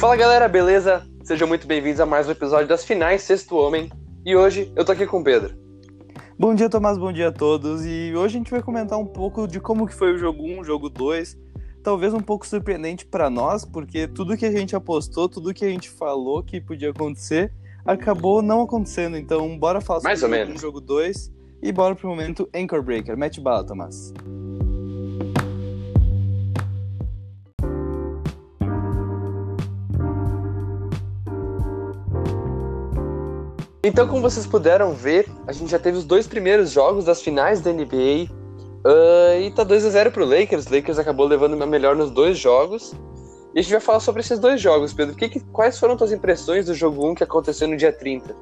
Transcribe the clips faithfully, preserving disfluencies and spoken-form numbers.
Fala galera, beleza? Sejam muito bem-vindos a mais um episódio das Finais Sexto Homem. E hoje eu tô aqui com o Pedro. Bom dia, Tomás, bom dia a todos. E hoje a gente vai comentar um pouco de como que foi o jogo um, o jogo dois. Talvez um pouco surpreendente pra nós, porque tudo que a gente apostou, tudo que a gente falou que podia acontecer, acabou não acontecendo. Então bora falar sobre Mais ou o jogo menos. um, jogo dois e bora pro momento Anchor Breaker. Mete bala, Tomás. Então, como vocês puderam ver, a gente já teve os dois primeiros jogos das finais da N B A. Uh, e tá dois a zero pro Lakers. O Lakers acabou levando a melhor nos dois jogos. E a gente vai falar sobre esses dois jogos, Pedro. Que, que, quais foram tuas impressões do jogo um que aconteceu no dia trinta?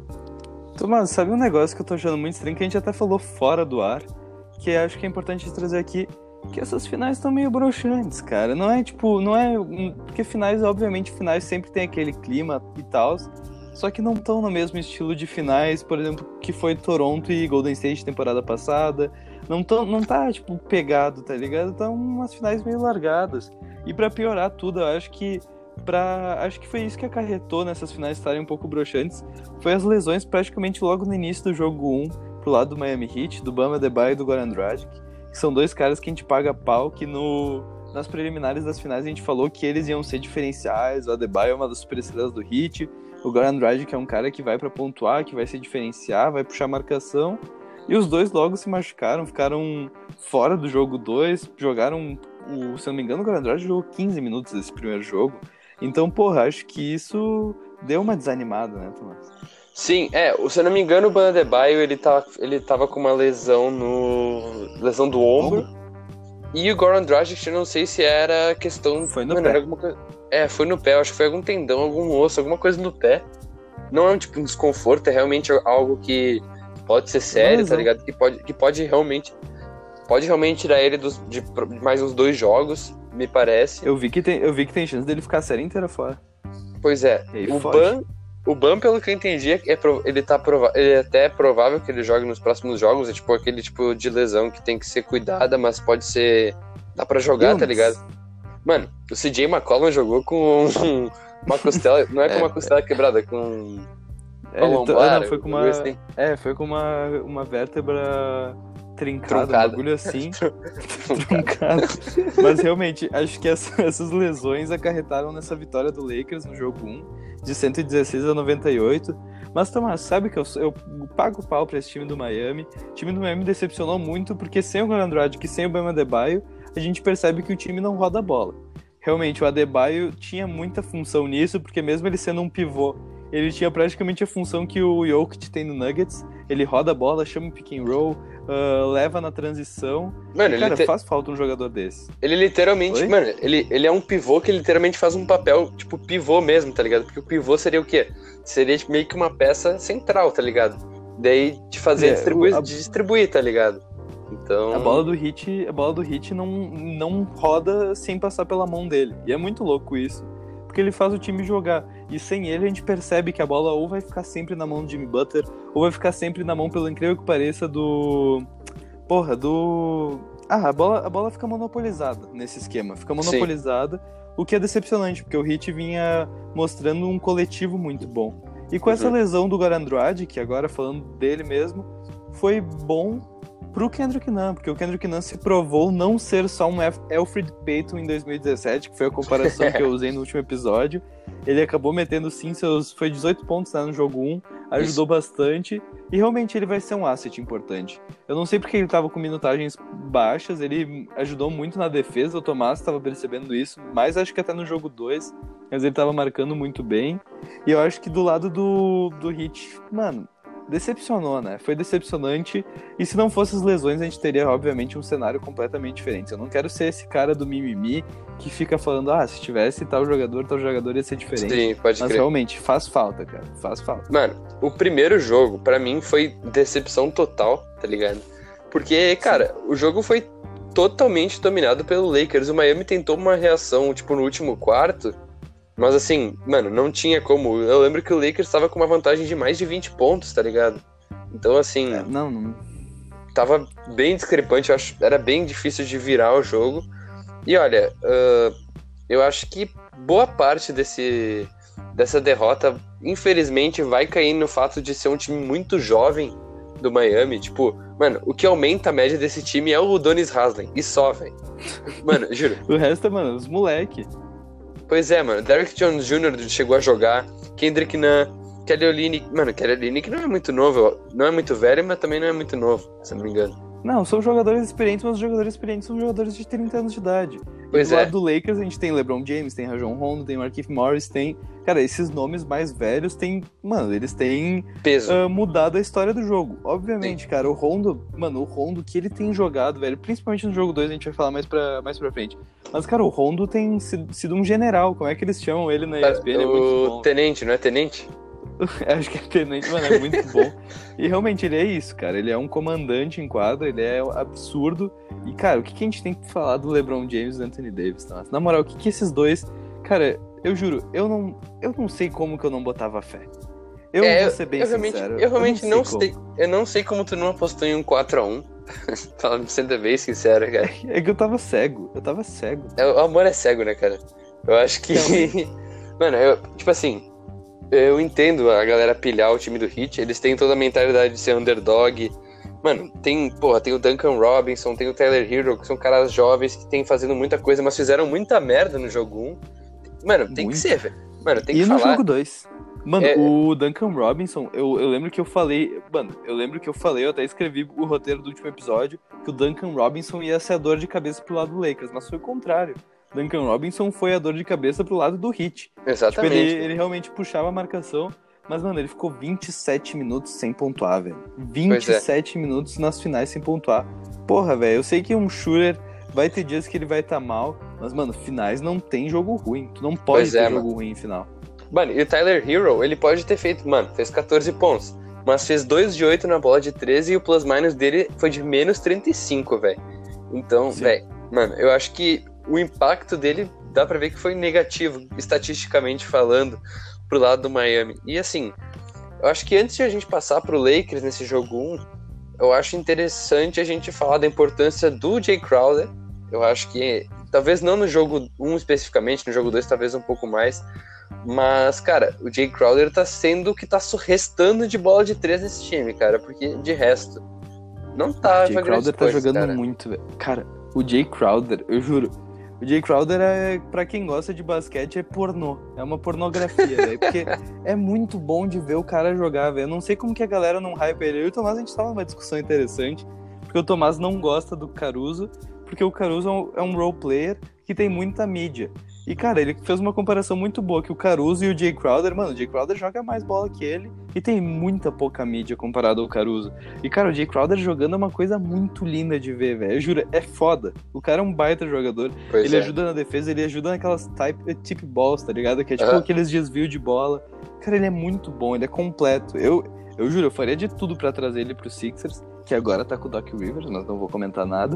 Tomás, sabe um negócio que eu tô achando muito estranho, que a gente até falou fora do ar, que acho que é importante trazer aqui, que essas finais estão meio broxantes, cara. Não é tipo, não é... Porque finais, obviamente, finais sempre tem aquele clima e tal, só que não estão no mesmo estilo de finais, por exemplo, que foi Toronto e Golden State temporada passada. Não, tão, não tá, tipo, pegado, tá ligado? Estão umas finais meio largadas. E pra piorar tudo, eu acho que pra... acho que foi isso que acarretou nessas finais estarem um pouco broxantes. Foi as lesões praticamente logo no início do jogo um, pro lado do Miami Heat, do Bam Adebayo e do Goran Dragic, que são dois caras que a gente paga pau, que no... nas preliminares das finais a gente falou que eles iam ser diferenciais. O Adebayo é uma das superestrelas do Heat, o Goran Dragic é um cara que vai pra pontuar, que vai se diferenciar, vai puxar marcação. E os dois logo se machucaram, ficaram fora do jogo dois, jogaram, o, se eu não me engano, o Goran Dragic jogou quinze minutos desse primeiro jogo. Então, porra, acho que isso deu uma desanimada, né, Tomás? Sim, é, se eu não me engano, o Bam Adebayo, ele tava, ele tava com uma lesão no... lesão do ombro. Ombro? E o Goran Dragic, eu não sei se era questão... Foi no Mano, pé. era alguma coisa... É, foi no pé, eu acho que foi algum tendão, algum osso, alguma coisa no pé. Não é um tipo um desconforto, é realmente algo que pode ser sério, tá ligado? Que pode, que pode realmente... Pode realmente tirar ele dos, de, de mais uns dois jogos, me parece. Eu vi que tem, eu vi que tem chance dele ficar a série inteira fora. Pois é, E aí o fode. Bam, o Bam, pelo que eu entendi, é, pro- ele, tá prova- ele é até provável que ele jogue nos próximos jogos. É tipo aquele tipo de lesão que tem que ser cuidada, mas pode ser... Dá pra jogar, tá Illness. ligado? Mano, o C J McCollum jogou com uma costela... Não é com É, uma costela quebrada, com... É, ele to- lombar, não, foi com um uma, bagulho assim. é, foi com uma, uma vértebra trincada, Truncada. um bagulho assim, truncada. Mas realmente, acho que essa- essas lesões acarretaram nessa vitória do Lakers no jogo um, de cento e dezesseis a noventa e oito. Mas, Tomás, sabe que eu, sou- eu pago pau pra esse time do Miami. O time do Miami decepcionou muito, porque sem o Goran Dragic e sem o Bam Adebayo, a gente percebe que o time não roda a bola. Realmente, o Adebayo tinha muita função nisso, porque mesmo ele sendo um pivô, ele tinha praticamente a função que o Jokic tem no Nuggets. Ele roda a bola, chama o pick and roll, ah, leva na transição. Mano, E, cara, ele, te- faz falta um jogador desse. ele literalmente... Oi? Mano, ele, ele é um pivô que literalmente faz um papel, tipo, pivô mesmo, tá ligado? Porque o pivô seria o quê? Seria tipo, meio que uma peça central, tá ligado? Daí de fazer É, distribuir, o- a- de distribuir, tá ligado? Então... A bola do Hit, a bola do Hit não, não roda sem passar pela mão dele. E é muito louco isso. Porque ele faz o time jogar. E sem ele a gente percebe que a bola ou vai ficar sempre na mão do Jimmy Butler, ou vai ficar sempre na mão, pelo incrível que pareça, do... Porra, do... Ah, a bola, a bola fica monopolizada nesse esquema. Fica monopolizada, o que é decepcionante, porque o Heat vinha mostrando um coletivo muito bom. E com essa Uhum. lesão do Goran Dragic, agora falando dele mesmo, foi bom pro Kendrick Nunn, porque o Kendrick Nunn se provou não ser só um F- Elfrid Payton em dois mil e dezessete, que foi a comparação que eu usei no último episódio. Ele acabou metendo sim seus... Foi dezoito pontos, né, no jogo um, ajudou bastante, e realmente ele vai ser um asset importante. Eu não sei porque ele tava com minutagens baixas, ele ajudou muito na defesa, o Tomás tava percebendo isso, mas acho que até no jogo dois, mas ele tava marcando muito bem. E eu acho que do lado do, do Heat, mano, decepcionou, né? Foi decepcionante. E se não fosse as lesões, a gente teria, obviamente, um cenário completamente diferente. Eu não quero ser esse cara do mimimi que fica falando, ah, se tivesse tal jogador, tal jogador ia ser diferente. Sim, pode Mas crer. realmente, faz falta, cara. Faz falta. Mano, o primeiro jogo, pra mim, foi decepção total, tá ligado? Porque, cara, o jogo foi totalmente dominado pelo Lakers. O Miami tentou uma reação, tipo, no último quarto, mas assim, mano, não tinha como. Eu lembro que o Lakers tava com uma vantagem de mais de vinte pontos, tá ligado? Então, assim, É, não, não. tava bem discrepante, eu acho, era bem difícil de virar o jogo. E olha, uh, eu acho que boa parte desse, dessa derrota, infelizmente, vai cair no fato de ser um time muito jovem do Miami. Tipo, mano, o que aumenta a média desse time é o Udonis Haslem. E só, velho. Mano, juro. O resto, mano, os moleque. Pois é, mano. Derrick Jones Júnior chegou a jogar. Kendrick Nunn. Kelly Olynyk. Mano, Kelly Olynyk não é muito novo. Não é muito velho, mas também não é muito novo, se eu não me engano. Não, são jogadores experientes, mas os jogadores experientes são jogadores de trinta anos de idade. Pois e do é. lado do Lakers, a gente tem LeBron James, tem Rajon Rondo, tem Markieff Morris, tem... Cara, esses nomes mais velhos têm... Mano, eles têm Peso. Uh, mudado a história do jogo. Obviamente, Sim. cara, o Rondo... Mano, o Rondo que ele tem jogado, velho, principalmente no jogo dois, a gente vai falar mais pra, mais pra frente. Mas, cara, o Rondo tem sido, sido um general. Como é que eles chamam ele na E S P N? É muito bom. O tenente, não é tenente? Acho que é tenente, mano, é muito bom. E realmente ele é isso, cara. Ele é um comandante em quadra, ele é absurdo. E, cara, o que, que a gente tem que falar do LeBron James e do Anthony Davis, tá? Na moral, o que, que esses dois... Cara, eu juro, eu não, eu não sei como que eu não botava fé. Eu é, vou ser bem eu realmente, sincero. Eu realmente eu não, não sei, sei como. eu não sei como tu não apostou em um quatro a um. Falando sendo bem sincero, cara. É que eu tava cego, eu tava cego. É, o amor é cego, né, cara? Eu acho que... Mano, eu, tipo assim... Eu entendo a galera pilhar o time do Heat, eles têm toda a mentalidade de ser underdog. Mano, tem, porra, tem o Duncan Robinson, tem o Tyler Hero, que são caras jovens que têm fazendo muita coisa, mas fizeram muita merda no jogo um. Mano, tem Muito. que ser, velho. Mano, tem e que falar. E no jogo dois. Mano, é... o Duncan Robinson, eu, eu lembro que eu falei... Mano, eu lembro que eu falei, eu até escrevi o roteiro do último episódio, que o Duncan Robinson ia ser a dor de cabeça pro lado do Lakers, mas foi o contrário. Duncan Robinson foi a dor de cabeça pro lado do Heat. Exatamente. Tipo, ele, ele realmente puxava a marcação, mas, mano, ele ficou vinte e sete minutos sem pontuar, velho. vinte e sete é. minutos nas finais sem pontuar. Porra, velho, eu sei que um shooter vai ter dias que ele vai estar tá mal, mas, mano, finais não tem jogo ruim. Tu não pode pois ter é, jogo mano. ruim em final. Mano, e o Tyler Hero, ele pode ter feito, mano, fez catorze pontos, mas fez dois de oito na bola de treze e o plus-minus dele foi de menos trinta e cinco, velho. Então, velho, mano, eu acho que o impacto dele dá pra ver que foi negativo, estatisticamente falando, pro lado do Miami. E assim, eu acho que antes de a gente passar pro Lakers nesse jogo um, eu acho interessante a gente falar da importância do Jay Crowder. Eu acho que, talvez não no jogo um especificamente, no jogo dois talvez um pouco mais, mas, cara, o Jay Crowder tá sendo o que tá restando de bola de três nesse time, cara, porque de resto, não tá... O Jay Crowder tá jogando cara. muito, velho. Cara, o Jay Crowder, eu juro, o Jay Crowder, é, pra quem gosta de basquete, é pornô. É uma pornografia, velho. Porque é muito bom de ver o cara jogar, velho. Eu não sei como que a galera não hype ele. Eu e o Tomás, a gente tava numa discussão interessante. Porque o Tomás não gosta do Caruso. Porque o Caruso é um role player que tem muita mídia. E, cara, ele fez uma comparação muito boa, que o Caruso e o Jay Crowder, mano, o Jay Crowder joga mais bola que ele e tem muita pouca mídia comparado ao Caruso. E, cara, o Jay Crowder jogando é uma coisa muito linda de ver, velho. Eu juro, é foda. O cara é um baita jogador. Pois ele é. ajuda na defesa, ele ajuda naquelas type, tip balls, tá ligado? Que é tipo uhum. aqueles desvios de bola. Cara, ele é muito bom, ele é completo. Eu, eu juro, eu faria de tudo pra trazer ele pro Sixers, que agora tá com o Doc Rivers, mas não vou comentar nada.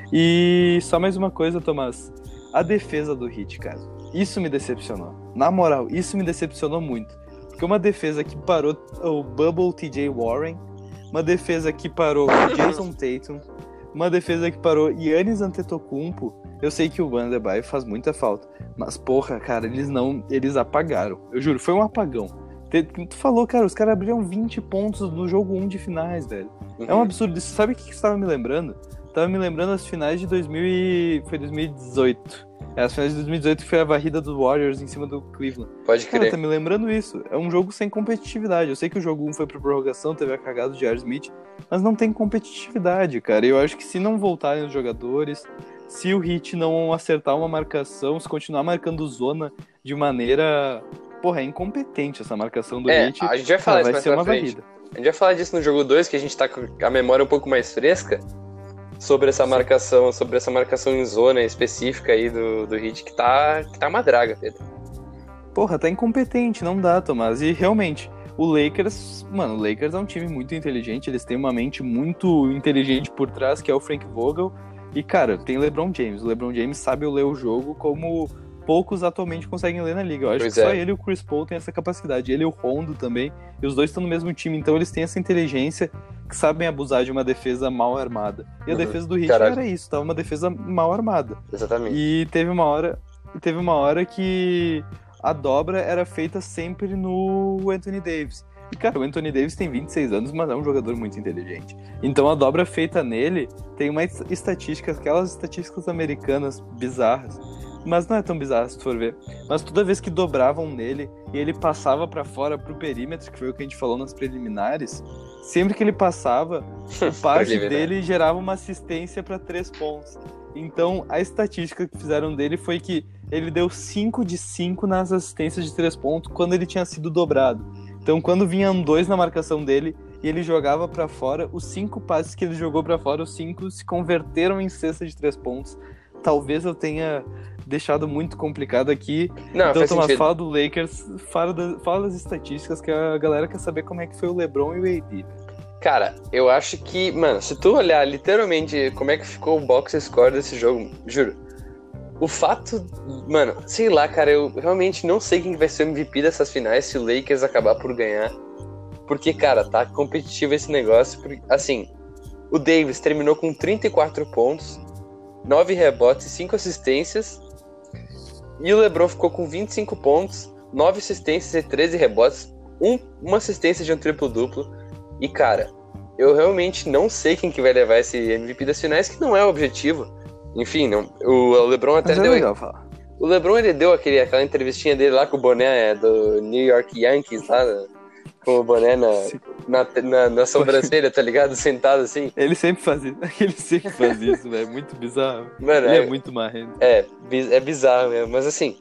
E só mais uma coisa, Tomás. A defesa do Heat, cara. Isso me decepcionou. Na moral, isso me decepcionou muito. Porque uma defesa que parou o Bubble T J Warren, uma defesa que parou o Jason Tatum, uma defesa que parou Giannis Antetokounmpo. Eu sei que o Van de Baio faz muita falta, mas porra, cara, eles não, eles apagaram. Eu juro, foi um apagão. Tu falou, cara, os caras abriram vinte pontos no jogo um de finais, velho. Uhum. É um absurdo isso. Sabe o que que estava me lembrando? Tava me lembrando as finais de dois mil e... foi dois mil e dezoito. É, as finais de dois mil e dezoito foi a varrida dos Warriors em cima do Cleveland. Pode crer. Cara, tá me lembrando isso. É um jogo sem competitividade. Eu sei que o jogo um foi pra prorrogação, teve a cagada do J R. Smith, mas não tem competitividade, cara. Eu acho que se não voltarem os jogadores, se o Heat não acertar uma marcação, se continuar marcando zona de maneira... Porra, é incompetente essa marcação do é, Heat. A gente vai falar ah, isso vai mais ser pra uma frente. varrida. A gente vai falar disso no jogo dois, que a gente tá com a memória um pouco mais fresca sobre essa marcação, sobre essa marcação em zona específica aí do, do Heat, que tá, que tá uma draga, Pedro. Porra, tá incompetente, não dá, Tomás. E realmente, o Lakers, mano, o Lakers é um time muito inteligente, eles têm uma mente muito inteligente por trás, que é o Frank Vogel. E, cara, tem LeBron James. O LeBron James sabe ler o jogo como poucos atualmente conseguem ler na liga. Eu acho pois que é. só ele e o Chris Paul têm essa capacidade. Ele e o Rondo também. E os dois estão no mesmo time, então eles têm essa inteligência que sabem abusar de uma defesa mal armada. E a uhum. defesa do Heat Caralho. era isso, tava uma defesa mal armada. Exatamente. E teve uma hora... teve uma hora que a dobra era feita sempre no Anthony Davis. E, cara, o Anthony Davis tem vinte e seis anos, mas é um jogador muito inteligente. Então, a dobra feita nele tem uma estatística, aquelas estatísticas americanas bizarras, mas não é tão bizarro se tu for ver. Mas toda vez que dobravam nele e ele passava pra fora pro perímetro, que foi o que a gente falou nas preliminares, sempre que ele passava, o passe dele gerava uma assistência pra três pontos. Então, a estatística que fizeram dele foi que ele deu cinco de cinco nas assistências de três pontos quando ele tinha sido dobrado. Então, quando vinham dois na marcação dele e ele jogava pra fora, os cinco passes que ele jogou pra fora, os cinco se converteram em cesta de três pontos. Talvez eu tenha deixado muito complicado aqui. Não, então, Tomás, sentido. fala do Lakers, fala, da, fala das estatísticas, que a galera quer saber como é que foi o LeBron e o A D. Cara, eu acho que, mano, se tu olhar literalmente como é que ficou o box score desse jogo, juro, o fato, mano, sei lá, cara, eu realmente não sei quem vai ser o M V P dessas finais se o Lakers acabar por ganhar. Porque, cara, tá competitivo esse negócio. Porque, assim, o Davis terminou com trinta e quatro pontos, nove rebotes, cinco assistências. E o LeBron ficou com vinte e cinco pontos, nove assistências e treze rebotes, um, uma assistência de um triplo-duplo. E, cara, eu realmente não sei quem que vai levar esse M V P das finais, que não é o objetivo. Enfim, não, o LeBron até Mas é deu... legal falar. O LeBron, ele deu aquele, aquela entrevistinha dele lá com o boné do New York Yankees, lá, com o boné na, na, na, na sobrancelha, tá ligado? Sentado assim. Ele sempre faz isso, ele sempre faz isso, velho, muito bizarro. Mano, ele é, é muito marrento. É, é bizarro mesmo, mas assim,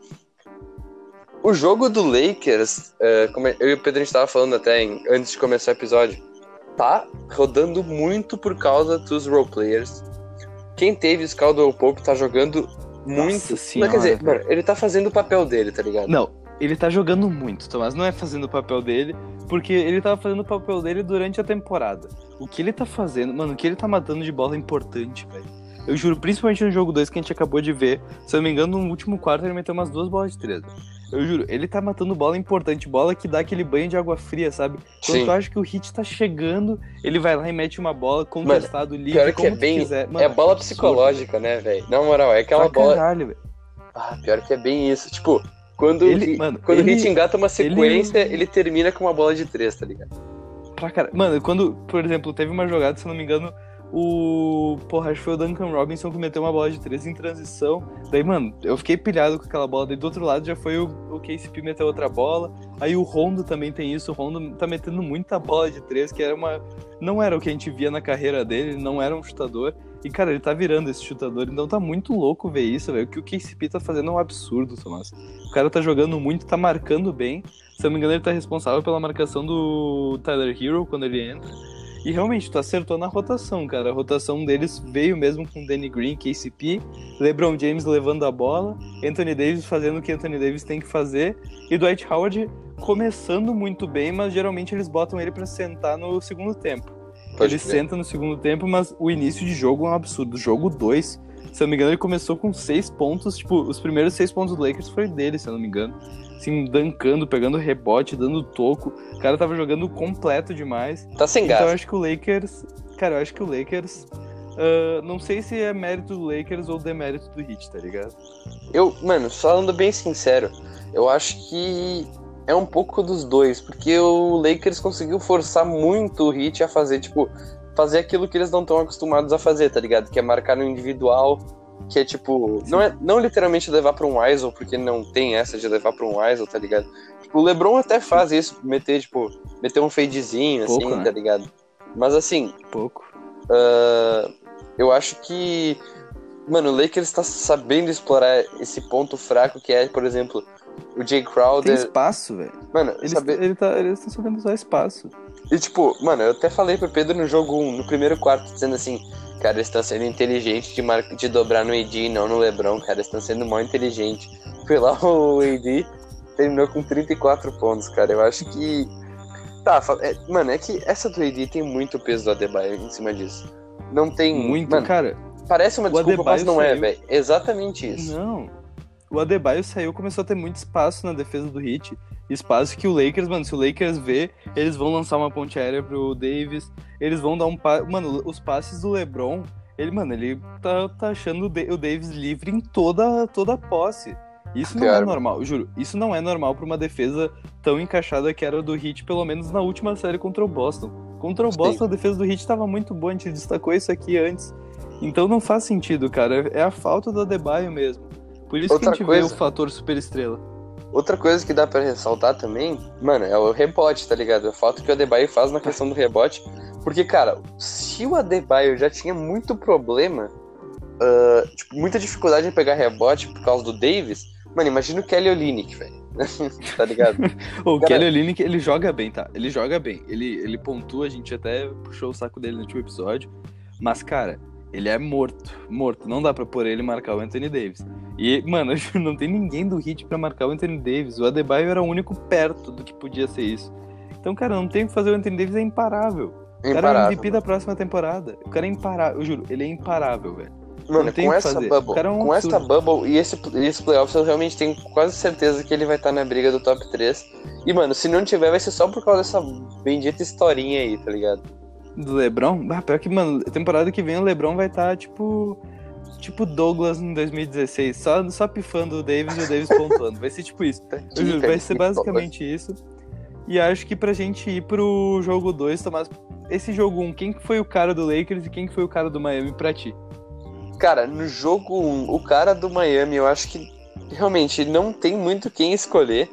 o jogo do Lakers, é, como eu e o Pedro a gente tava falando até em, antes de começar o episódio, tá rodando muito por causa dos role players. Quem teve o Caldwell Pope tá jogando muito. Nossa senhora, não, quer dizer, mano, ele tá fazendo o papel dele, tá ligado? Não, ele tá jogando muito, Tomás. Não é fazendo o papel dele, porque ele tava fazendo o papel dele durante a temporada. O que ele tá fazendo, mano, o que ele tá matando de bola é importante, velho. Eu juro, principalmente no jogo dois que a gente acabou de ver, se eu não me engano, no último quarto ele meteu umas duas bolas de três. Eu juro, ele tá matando bola importante, bola que dá aquele banho de água fria, sabe? Quando Sim. tu acha que o Hit tá chegando, ele vai lá e mete uma bola, contestado, livre, pior que como é tu bem, quiser. Mano, é bola absurdo. psicológica, né, velho? Na moral, é aquela Pra bola... caralho, velho. Ah, pior que é bem isso. Tipo, quando, Ele- o, mano, quando ele- o Hit engata uma sequência, ele... ele- termina com uma bola de três, tá ligado? Pra cara... Mano, quando, por exemplo, teve uma jogada, se eu não me engano, o... Porra, acho que foi o Duncan Robinson que meteu uma bola de três em transição. Daí, mano, eu fiquei pilhado com aquela bola. Daí do outro lado já foi o, o K C P meteu outra bola. Aí o Rondo também tem isso. O Rondo tá metendo muita bola de três, que era uma... Não era o que a gente via na carreira dele, ele não era um chutador. E, cara, ele tá virando esse chutador. Então tá muito louco ver isso, velho. O que o K C P tá fazendo é um absurdo, Tomás. O cara tá jogando muito, tá marcando bem. Se eu não me engano, ele tá responsável pela marcação do Tyler Hero quando ele entra. E realmente, tu acertou na rotação, cara. A rotação deles veio mesmo com Danny Green, K C P, LeBron James levando a bola, Anthony Davis fazendo o que Anthony Davis tem que fazer, e Dwight Howard começando muito bem, mas geralmente eles botam ele pra sentar no segundo tempo. Pode ele crer. senta no segundo tempo, mas o início de jogo é um absurdo. Jogo dois, se eu não me engano, ele começou com seis pontos. Tipo, os primeiros seis pontos do Lakers foi dele, se eu não me engano. Assim, dancando, pegando rebote, dando toco. O cara tava jogando completo demais. Tá sem Então eu gás. acho que o Lakers... Cara, eu acho que o Lakers... Uh, não sei se é mérito do Lakers ou demérito do Heat, tá ligado? Eu, mano, falando bem sincero, eu acho que é um pouco dos dois, porque o Lakers conseguiu forçar muito o Heat a fazer, tipo, fazer aquilo que eles não estão acostumados a fazer, tá ligado? Que é marcar no individual, que é tipo, não é não literalmente levar pra um I S O, porque não tem essa de levar pra um I S O, tá ligado? Tipo, o LeBron até faz isso, meter, tipo, meter um fadezinho, assim, Pouco, né? tá ligado? Mas assim, Pouco. uh, eu acho que, mano, o Lakers tá sabendo explorar esse ponto fraco que é, por exemplo, o Jay Tem Crowder. espaço, velho. Mano, Eles sabe... ele tá, eles estão sabendo usar espaço. E tipo, mano, eu até falei pro Pedro no jogo um, no primeiro quarto, dizendo assim, cara, eles estão sendo inteligentes de, mar... de dobrar no A D e não no LeBron, cara, eles estão sendo mal inteligentes. Foi lá o A D, terminou com trinta e quatro pontos, cara, eu acho que... Tá, é... mano, é que essa do A D tem muito peso do Adebayo em cima disso. Não tem... Muito, mano, cara. parece uma o desculpa, mas Adebayo não é, saiu- velho. Exatamente isso. Não. O Adebayo saiu, começou a ter muito espaço na defesa do Heat. Espaço que o Lakers, mano, se o Lakers vê, eles vão lançar uma ponte aérea pro Davis. Eles vão dar um passe. Mano, os passes do LeBron, ele, mano, ele tá, tá achando o Da- o Davis livre em toda, toda a posse. Isso não Pior, é normal, juro. Isso não é normal pra uma defesa tão encaixada que era a do Heat, pelo menos na última série contra o Boston. Contra o Boston, Sim. a defesa do Heat tava muito boa, a gente destacou isso aqui antes. Então não faz sentido, cara. É a falta do Adebayo mesmo. Por isso Outra que a gente coisa- vê o fator superestrela. Outra coisa que dá pra ressaltar também, mano, é o rebote, tá ligado? A falta que o Adebayo faz na questão do rebote. Porque, cara, se o Adebayo já tinha muito problema, ah, tipo, muita dificuldade em pegar rebote por causa do Davis, mano, imagina o Kelly Olynyk, velho. Tá ligado? O Cara- Kelly Olynyk, ele joga bem, tá? Ele joga bem. Ele, ele pontua, a gente até puxou o saco dele no último episódio. Mas, cara, ele é morto. Morto. Não dá pra pôr ele e marcar o Anthony Davis. E, mano, não tem ninguém do Heat pra marcar o Anthony Davis. O Adebayo era o único perto do que podia ser isso. Então, cara, não tem o que fazer. O Anthony Davis é imparável. O cara é o Imparável, M V P da próxima temporada. O cara é imparável. Eu juro, ele é imparável, velho. Mano, Não tem com o que essa fazer. bubble, O cara é um com essa absurdo. bubble e esse, e esse playoffs, eu realmente tenho quase certeza que ele vai estar na briga do top três. E, mano, se não tiver, vai ser só por causa dessa bendita historinha aí, tá ligado? Do LeBron? Ah, pior que, mano, temporada que vem o LeBron vai estar, tipo... Tipo Douglas em dois mil e dezesseis. Só, só pifando o Davis e o Davis pontuando. Vai ser tipo isso. Eu juro, vai ser basicamente isso. E acho que pra gente ir pro jogo dois, Tomás... Esse jogo um, quem que foi o cara do Lakers e quem que foi o cara do Miami pra ti? Cara, no jogo um, o cara do Miami, eu acho que realmente não tem muito quem escolher.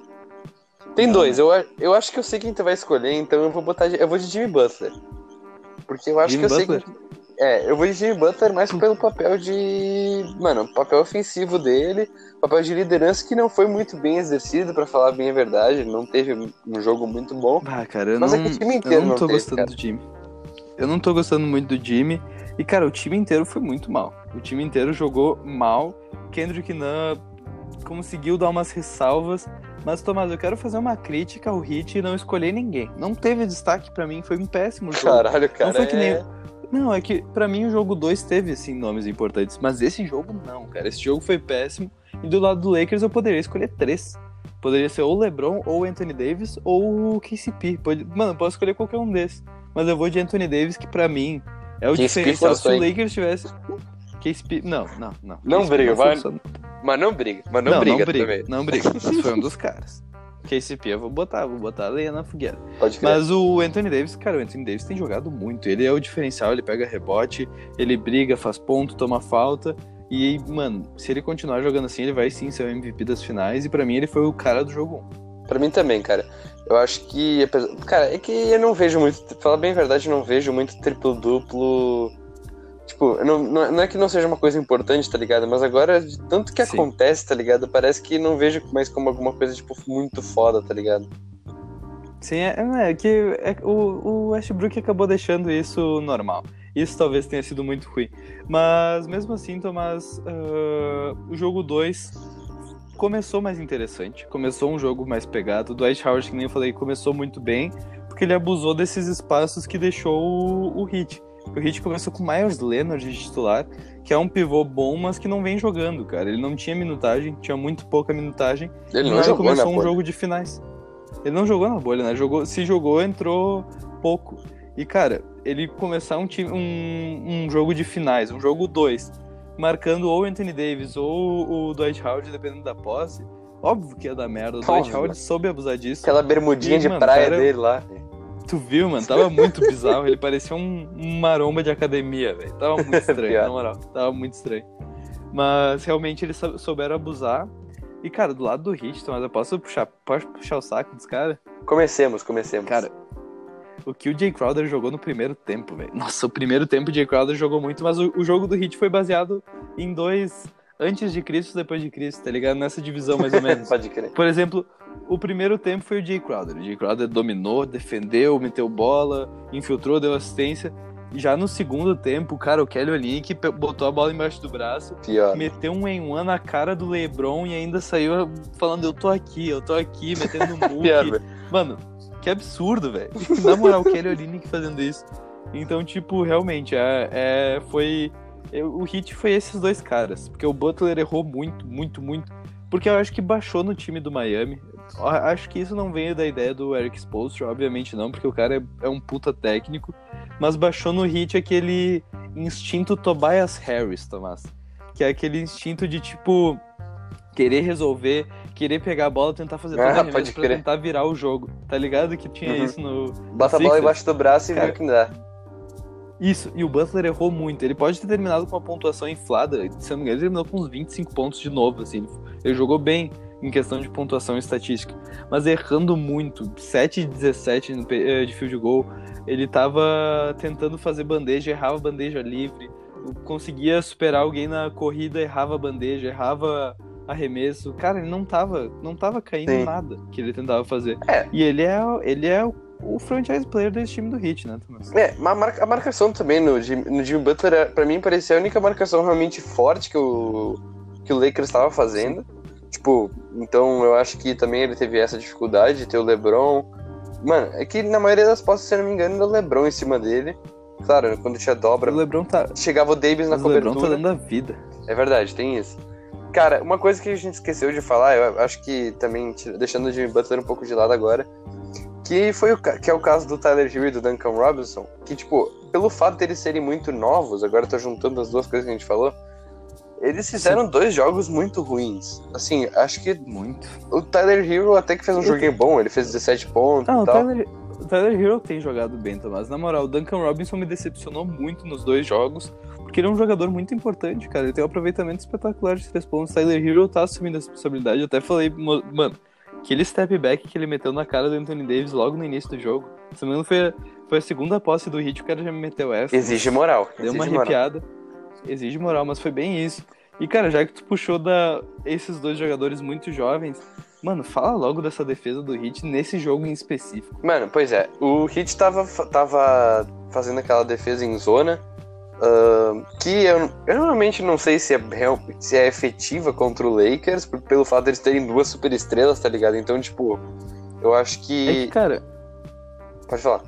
Tem Não, dois, né? eu, a- eu acho que eu sei quem tu vai escolher, então eu vou botar. de- Eu vou de Jimmy Butler. Porque eu acho Jimmy que eu Butler? sei que. É, eu vou de Jimmy Butler mais pelo papel de. Mano, papel ofensivo dele, papel de liderança que não foi muito bem exercido, pra falar bem a verdade. Ele não teve um jogo muito bom. Ah, cara, eu Mas não, é que o time eu inteiro não não tô teve, gostando cara. do Jimmy. Eu não tô gostando muito do Jimmy. E, cara, o time inteiro foi muito mal. O time inteiro jogou mal. Kendrick Nunn conseguiu dar umas ressalvas. Mas, Tomás, eu quero fazer uma crítica ao Heat e não escolher ninguém. Não teve destaque pra mim, foi um péssimo jogo. Caralho, cara. Não foi que nem- é- Não, é que pra mim o jogo dois teve, sim, nomes importantes. Mas esse jogo não, cara. Esse jogo foi péssimo. E do lado do Lakers eu poderia escolher três. Poderia ser ou o LeBron, ou o Anthony Davis, ou o K C P. Pode... Mano, eu posso escolher qualquer um desses. Mas eu vou de Anthony Davis, que pra mim é o K C P diferencial. Se forçou, o hein? Lakers tivesse... K C P... Não, não, não. Não K C P briga, vai. forçou. Mas não briga, mas não, Não, briga, não briga, também. não briga. Mas foi um dos caras. K C P eu vou botar, vou botar a lenha na fogueira. Pode crer. Mas o Anthony Davis, cara, o Anthony Davis tem jogado muito. Ele é o diferencial, ele pega rebote, ele briga, faz ponto, toma falta. E, mano, se ele continuar jogando assim, ele vai sim ser o M V P das finais. E pra mim ele foi o cara do jogo um. Pra mim também, cara. Eu acho que. apesar- Cara, é que eu não vejo muito. Falar bem a verdade, eu não vejo muito triplo-duplo. Tipo, eu não, não, não é que não seja uma coisa importante, tá ligado? Mas agora, de tanto que Sim. acontece, tá ligado? Parece que não vejo mais como alguma coisa, tipo, muito foda, tá ligado? Sim, é, é que é, o, o Westbrook acabou deixando isso normal. Isso talvez tenha sido muito ruim. Mas mesmo assim, Tomás, ah, o jogo dois começou mais interessante. Começou um jogo mais pegado. O Dwight Howard, que nem eu falei, começou muito bem, porque ele abusou desses espaços que deixou o, o Heat. O Heat começou com o Myers Leonard de titular, que é um pivô bom, mas que não vem jogando, cara. Ele não tinha minutagem, tinha muito pouca minutagem. Ele E não nada, jogou na começou um bolha. jogo de finais. Ele não jogou na bolha, né? Jogou, se jogou, entrou pouco. E, cara, ele começar um, time, um, um jogo de finais, um jogo dois, marcando ou o Anthony Davis ou o Dwight Howard, dependendo da posse, óbvio que ia dar merda. O Dwight Óbvio. Howard soube abusar disso. Aquela bermudinha E, de mano, praia cara, dele lá. Tu viu, mano? Tava muito bizarro. Ele parecia um, um maromba de academia, velho. Tava muito estranho, Pior. na moral. Tava muito estranho. Mas realmente eles sou- souberam abusar. E, cara, do lado do Heat, mas eu posso puxar, posso puxar o saco dos caras? Comecemos, comecemos. Cara, o que o Jay Crowder jogou no primeiro tempo, velho. Nossa, o primeiro tempo o Jay Crowder jogou muito, mas o, o jogo do Heat foi baseado em dois antes de Cristo e depois de Cristo, tá ligado? Nessa divisão, mais ou menos. Pode crer. Por exemplo, o primeiro tempo foi o Jay Crowder. O Jay Crowder dominou, defendeu, meteu bola, infiltrou, deu assistência. E já no segundo tempo, cara, o Kelly Olynyk pe- botou a bola embaixo do braço, Pior. meteu um em one na cara do LeBron e ainda saiu falando, eu tô aqui, eu tô aqui, metendo um Pior, move. velho. Mano, que absurdo, velho. Na moral, o Kelly Olynyk fazendo isso. Então, tipo, realmente, é, é, foi... eu- o hit foi esses dois caras. Porque o Butler errou muito, muito, muito. Porque eu acho que baixou no time do Miami. Eu acho que isso não veio da ideia do Eric Spoelstra, obviamente não, porque o cara é, é um puta técnico. Mas baixou no hit aquele instinto Tobias Harris, Tomás. Que é aquele instinto de, tipo... querer resolver, querer pegar a bola, tentar fazer Ah, tudo arremesso pode pra crer. tentar virar o jogo. Tá ligado que tinha Uhum. isso no... Bota a no bola Sixers? embaixo do braço e vê Cara, o que dá. Isso, e o Butler errou muito. Ele pode ter terminado com uma pontuação inflada. Se eu não me engano, ele terminou com uns vinte e cinco pontos de novo, assim. Ele jogou bem em questão de pontuação e estatística. Mas errando muito. sete de dezessete no pe- eh, de field goal. Ele tava tentando fazer bandeja, errava bandeja livre. Conseguia superar alguém na corrida, errava bandeja, errava arremesso. Cara, ele não tava, não tava caindo Sim. nada que ele tentava fazer. É. E ele é, ele é o o franchise player desse time do Heat, né, Thomas? É, mas a, marca- a marcação também no, Jim- no Jimmy Butler, é- pra mim, parecia a única marcação realmente forte que o, que o Lakers estava fazendo. Tipo, então eu acho que também ele teve essa dificuldade de ter o LeBron. Mano, é que na maioria das postas, se eu não me engano, era o LeBron em cima dele. Claro, quando tinha dobra, O LeBron tá, chegava o Davis na mas o LeBron cobertura. tá dando a vida. É verdade, tem isso. Cara, uma coisa que a gente esqueceu de falar, eu acho que também, tira- deixando o Jimmy Butler um pouco de lado agora, que, foi o, ca- que é o caso do Tyler Hero e do Duncan Robinson, que, tipo, pelo fato deles serem muito novos, agora eu tô juntando as duas coisas que a gente falou, eles fizeram dois jogos muito ruins. Assim, acho que Muito. o Tyler Hero até que fez um Eu- joguinho bom, ele fez dezessete pontos Não, e o tal. Tyler, o Tyler Hero tem jogado bem, Tomás. Na moral, o Duncan Robinson me decepcionou muito nos dois jogos, porque ele é um jogador muito importante, cara. Ele tem um aproveitamento espetacular de três pontos. O Tyler Hero tá assumindo a responsabilidade. Eu até falei, mo- mano, aquele step back que ele meteu na cara do Anthony Davis logo no início do jogo. Se não me engano, foi, a- foi a segunda posse do Heat, o cara já me meteu essa. Exige moral. Deu uma exige moral. arrepiada. Exige moral, mas foi bem isso. E, cara, já que tu puxou da esses dois jogadores muito jovens, mano, fala logo dessa defesa do Heat nesse jogo em específico. Mano, pois é, o Heat tava, tava fazendo aquela defesa em zona, ahn, que eu, eu realmente não sei se é, real- se é efetiva contra o Lakers, por- pelo fato deles terem duas super estrelas, tá ligado? Então, tipo, eu acho É que... que, cara, Pode falar.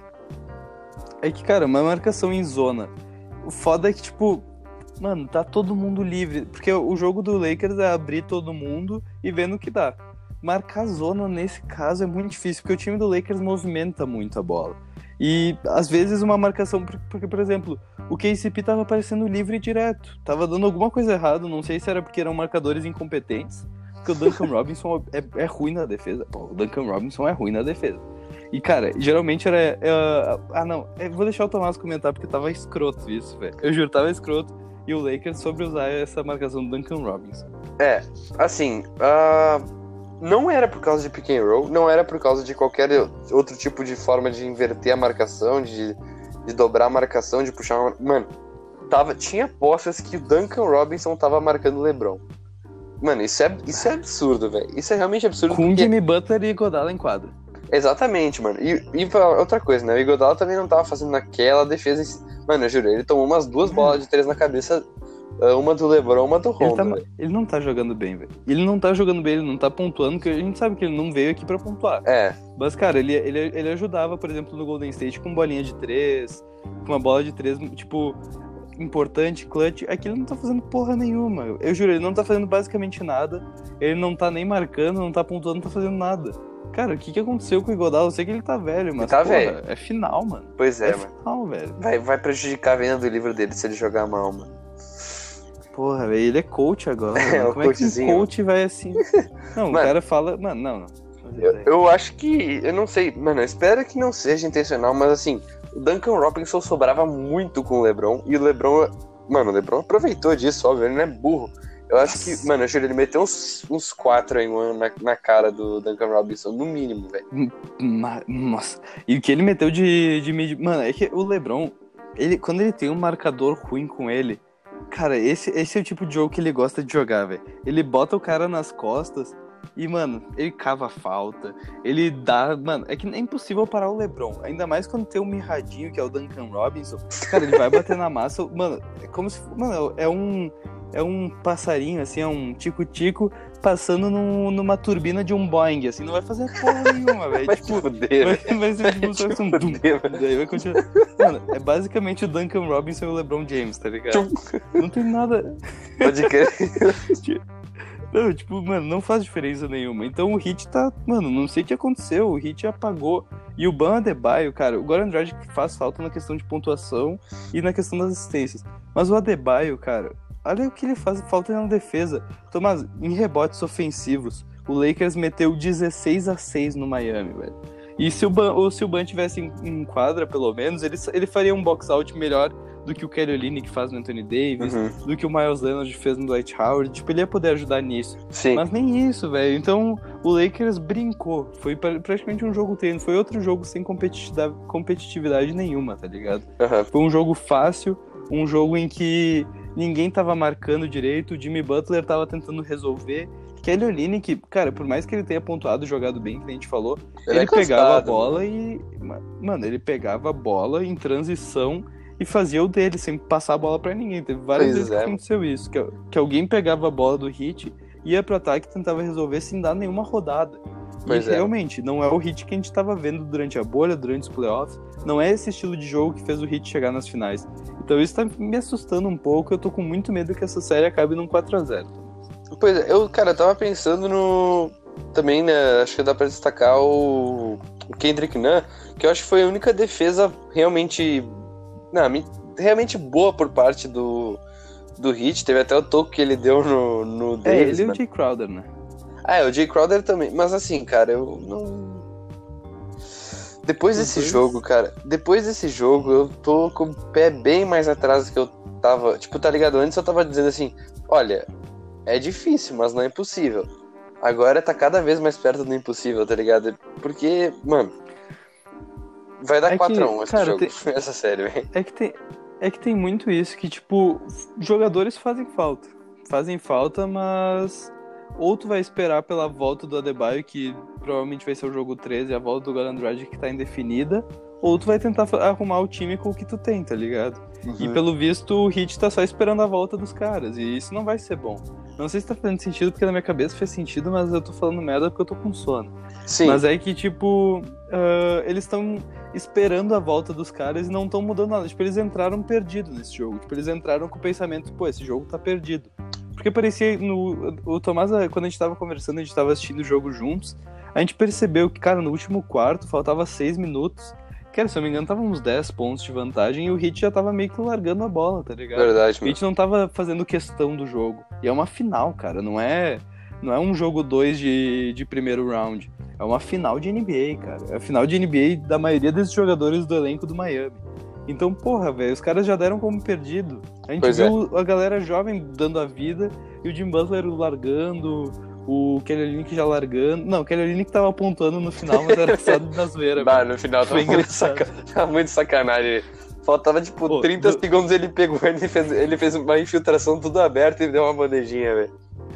é que, cara, uma marcação em zona. O foda é que, tipo, mano, tá todo mundo livre. Porque o jogo do Lakers é abrir todo mundo e ver no que dá. Marcar zona nesse caso é muito difícil, porque o time do Lakers movimenta muito a bola. E às vezes uma marcação, por- porque, por exemplo, o K C P tava aparecendo livre direto. Tava dando alguma coisa errada, não sei se era porque eram marcadores incompetentes, porque o Duncan Robinson é, é ruim na defesa. Pô, o Duncan Robinson é ruim na defesa. E, cara, geralmente era... é, ah, não, eu vou deixar o Tomás comentar, porque tava escroto isso, velho. Eu juro, tava escroto. E o Lakers soube usar essa marcação do Duncan Robinson. É, assim, ah, não era por causa de pick and roll, não era por causa de qualquer outro tipo de forma de inverter a marcação, de, de dobrar a marcação, de puxar uma... Mano, tava, tinha postas que o Duncan Robinson tava marcando o LeBron. Mano, isso é, isso é absurdo, velho. Isso é realmente absurdo. Com porque- Jimmy Butler e Godala em quadra. Exatamente, mano. E, e pra outra coisa, né? O Iguodala também não tava fazendo naquela defesa. em- Mano, eu juro, ele tomou umas duas bolas de três na cabeça, ah, uma do LeBron, uma do Ele, Rondo. tá- velho. ele não tá jogando bem, velho. Ele não tá jogando bem, ele não tá pontuando, porque a gente sabe que ele não veio aqui pra pontuar. É, Mas, cara, ele, ele, ele ajudava, por exemplo, no Golden State com bolinha de três, com uma bola de três, tipo, importante, clutch. Aqui ele não tá fazendo porra nenhuma. Eu juro, ele não tá fazendo basicamente nada. Ele não tá nem marcando, não tá pontuando, não tá fazendo nada. Cara, o que que aconteceu com o Iguodala? Eu sei que ele tá velho, mas, tá porra, velho. é final, mano. pois é, É mano. final, velho. Vai, vai prejudicar a venda do livro dele se ele jogar mal, mano. Porra, velho, ele é coach agora. É, mano. o Como é que um coachzinho. coach vai assim? Não, o Mano, cara fala... Mano, não, não. Eu, eu acho que. Eu não sei, mano, eu espero que não seja intencional, mas assim, o Duncan Robinson sobrava muito com o LeBron e o LeBron. Mano, o LeBron aproveitou disso, óbvio, ele não é burro. Eu acho que, Nossa. mano, eu juro, ele meteu uns, uns quatro aí mano, na, na cara do Duncan Robinson, no mínimo, velho. Ma- Nossa. E o que ele meteu de, de mid... Mano, é que o LeBron, ele, quando ele tem um marcador ruim com ele, cara, esse, esse é o tipo de jogo que ele gosta de jogar, velho. Ele bota o cara nas costas e, mano, ele cava a falta. Ele dá... Mano, é que é impossível parar o LeBron. Ainda mais quando tem um mirradinho, que é o Duncan Robinson. Cara, ele vai bater na massa. Mano, é como se... Mano, é um... É um passarinho, assim, é um tico-tico passando num- numa turbina de um Boeing, assim, não vai fazer porra nenhuma, velho. Vai Tipo, te fuder, vai, velho. vai ser tipo só te um dum. fuder, velho. Daí vai continuar. Mano, é basicamente o Duncan Robinson e o LeBron James, tá ligado? Não tem nada. Pode crer. Não, tipo, mano, não faz diferença nenhuma. Então o Heat tá. Mano, não sei o que aconteceu. O Heat apagou. E o Bam Adebayo, cara, o Goran Dragic faz falta na questão de pontuação e na questão das assistências. Mas o Adebayo, cara, olha o que ele faz, falta na defesa. Tomás, em rebotes ofensivos, o Lakers meteu dezesseis a seis no Miami, velho. E se o Ban, ou se o Ban tivesse em, em quadra, pelo menos, ele, ele faria um box-out melhor do que o Kelly Olynyk faz no Anthony Davis, uhum. do que o Miles Leonard fez no Dwight Howard. Tipo, ele ia poder ajudar nisso. Sim. Mas nem isso, velho. Então, o Lakers brincou. Foi praticamente um jogo treino. Foi outro jogo sem competitividade, competitividade nenhuma, tá ligado? Uhum. Foi um jogo fácil, um jogo em que ninguém tava marcando direito, o Jimmy Butler tava tentando resolver. Kelly Olynyk, cara, por mais que ele tenha pontuado, jogado bem, que a gente falou, ele, ele é pegava a bola mano. e... Mano, ele pegava a bola em transição e fazia o dele, sem passar a bola pra ninguém. Teve várias pois vezes é. que aconteceu isso, que, que alguém pegava a bola do Heat, ia pro ataque e tentava resolver sem dar nenhuma rodada. Pois e é. realmente, não é o Heat que a gente tava vendo durante a bolha, durante os playoffs, não é esse estilo de jogo que fez o Heat chegar nas finais. Então isso tá me assustando um pouco, eu tô com muito medo que essa série acabe num quatro a zero. Pois é, eu, cara, tava pensando no... Também, né, acho que dá pra destacar o, o Kendrick Nunn, que eu acho que foi a única defesa realmente... Não, realmente boa por parte do, do Heat. Teve até o toque que ele deu no, no Davis. É, ele e o Jay Crowder, né? Ah, é, o Jay Crowder também. Mas assim, cara, eu não... Depois desse dois... jogo, cara, depois desse jogo, eu tô com o pé bem mais atrás do que eu tava... Tipo, tá ligado? Antes eu tava dizendo assim, olha... É difícil, mas não é impossível. Agora tá cada vez mais perto do impossível, tá ligado? Porque, mano, vai dar é quatro a um esse cara, jogo, tem... essa série, velho. É que tem, é que tem muito isso, que tipo, jogadores fazem falta. Fazem falta, mas ou tu vai esperar pela volta do Adebayo, que provavelmente vai ser o jogo treze, a volta do Goran Dragic que tá indefinida, ou tu vai tentar arrumar o time com o que tu tem, tá ligado? Uhum. E pelo visto o Heat tá só esperando a volta dos caras, e isso não vai ser bom. Não sei se tá fazendo sentido, porque na minha cabeça fez sentido, mas eu tô falando merda porque eu tô com sono. Sim. Mas é que, tipo, uh, eles estão esperando a volta dos caras e não estão mudando nada. Tipo, eles entraram perdidos nesse jogo. Tipo, eles entraram com o pensamento, pô, esse jogo tá perdido. Porque parecia, no, o Tomás, quando a gente tava conversando, a gente tava assistindo o jogo juntos, a gente percebeu que, cara, no último quarto, faltava seis minutos, cara, se eu não me engano, tava uns dez pontos de vantagem e o Heat já tava meio que largando a bola, tá ligado? Verdade, mano. O Heat não tava fazendo questão do jogo. E é uma final, cara, não é, não é um jogo dois de, de primeiro round. É uma final de N B A, cara. É a final de N B A da maioria desses jogadores do elenco do Miami. Então, porra, velho, os caras já deram como perdido. A gente pois viu é. a galera jovem dando a vida e o Jim Butler largando... O Kelly Olynyk já largando... Não, o Kelly Olynyk tava apontando no final, mas era só na zoeira. Bah, no final tava muito, saca... tava muito sacanagem. Faltava, tipo, Pô, trinta do... segundos, ele pegou, ele fez, ele fez uma infiltração tudo aberto e deu uma bandejinha, velho.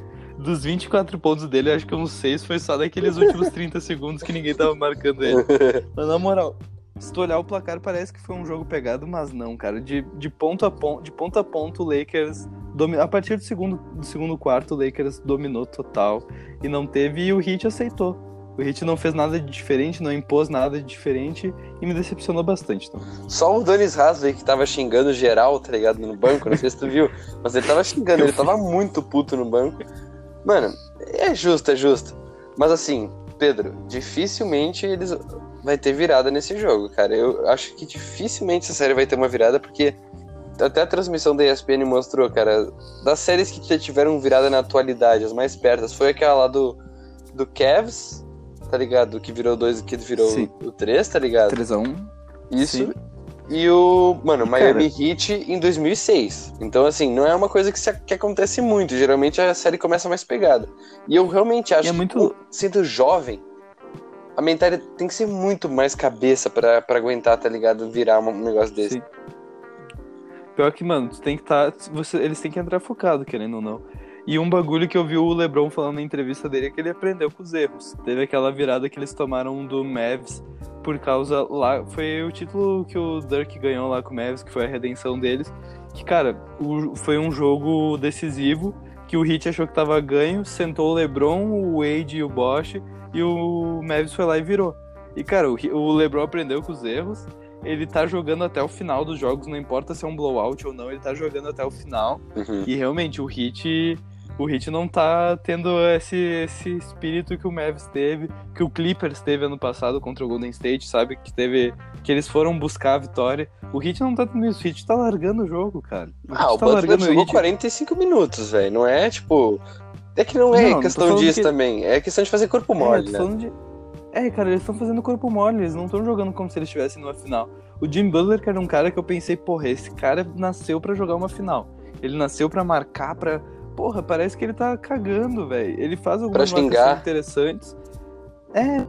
Dos vinte e quatro pontos dele, acho que uns seis foi só daqueles últimos trinta segundos que ninguém tava marcando ele. Mas na moral, se tu olhar o placar, parece que foi um jogo pegado, mas não, cara. De, de, ponto, a ponto, de ponto a ponto, o Lakers... Domi... A partir do segundo, do segundo quarto, o Lakers dominou total. E não teve... E o Heat aceitou. O Heat não fez nada de diferente, não impôs nada de diferente. E me decepcionou bastante. Então. Só o Dennis Hasley que tava xingando geral, tá ligado? No banco, não sei se tu viu. Mas ele tava xingando, ele tava muito puto no banco. Mano, é justo, é justo. Mas assim, Pedro, dificilmente eles... vai ter virada nesse jogo, cara. Eu acho que dificilmente essa série vai ter uma virada, porque até a transmissão da E S P N mostrou, cara, das séries que tiveram virada na atualidade, as mais pertas, foi aquela lá do, do Cavs, tá ligado? Que virou dois, que virou Sim. o três, tá ligado? três a um. Isso. Sim. E o, mano, Miami cara... Heat em dois mil e seis. Então, assim, não é uma coisa que, se, que acontece muito. Geralmente a série começa mais pegada. E eu realmente acho é muito... que, sendo jovem, a mentalidade tem que ser muito mais cabeça pra, pra aguentar, tá ligado? Virar um negócio desse. Sim. Pior que, mano, tu tem que tá, você, eles têm que entrar focado, querendo ou não. E um bagulho que eu vi o LeBron falando na entrevista dele é que ele aprendeu com os erros. Teve aquela virada que eles tomaram do Mavs por causa lá... Foi o título que o Dirk ganhou lá com o Mavs, que foi a redenção deles. Que, cara, o, foi um jogo decisivo que o Heat achou que tava ganho, sentou o LeBron, o Wade e o Bosh... E o Mavs foi lá e virou. E, cara, o, o LeBron aprendeu com os erros. Ele tá jogando até o final dos jogos. Não importa se é um blowout ou não, ele tá jogando até o final. Uhum. E, realmente, o Heat o Heat não tá tendo esse, esse espírito que o Mavs teve, que o Clippers teve ano passado contra o Golden State, sabe? Que teve, que eles foram buscar a vitória. O Heat não tá tendo isso, o Heat tá largando o jogo, cara. O ah, o tá Butler jogou Heat... quarenta e cinco minutos, velho. Não é, tipo... É que não é não, questão não disso que... também. É questão de fazer corpo mole, é, né? De... É, cara, eles estão fazendo corpo mole. Eles não estão jogando como se eles estivessem numa final. O Jimmy Butler, que era um cara que eu pensei, porra, esse cara nasceu pra jogar uma final. Ele nasceu pra marcar, pra... Porra, parece que ele tá cagando, velho. Ele faz algumas marcações interessantes. É...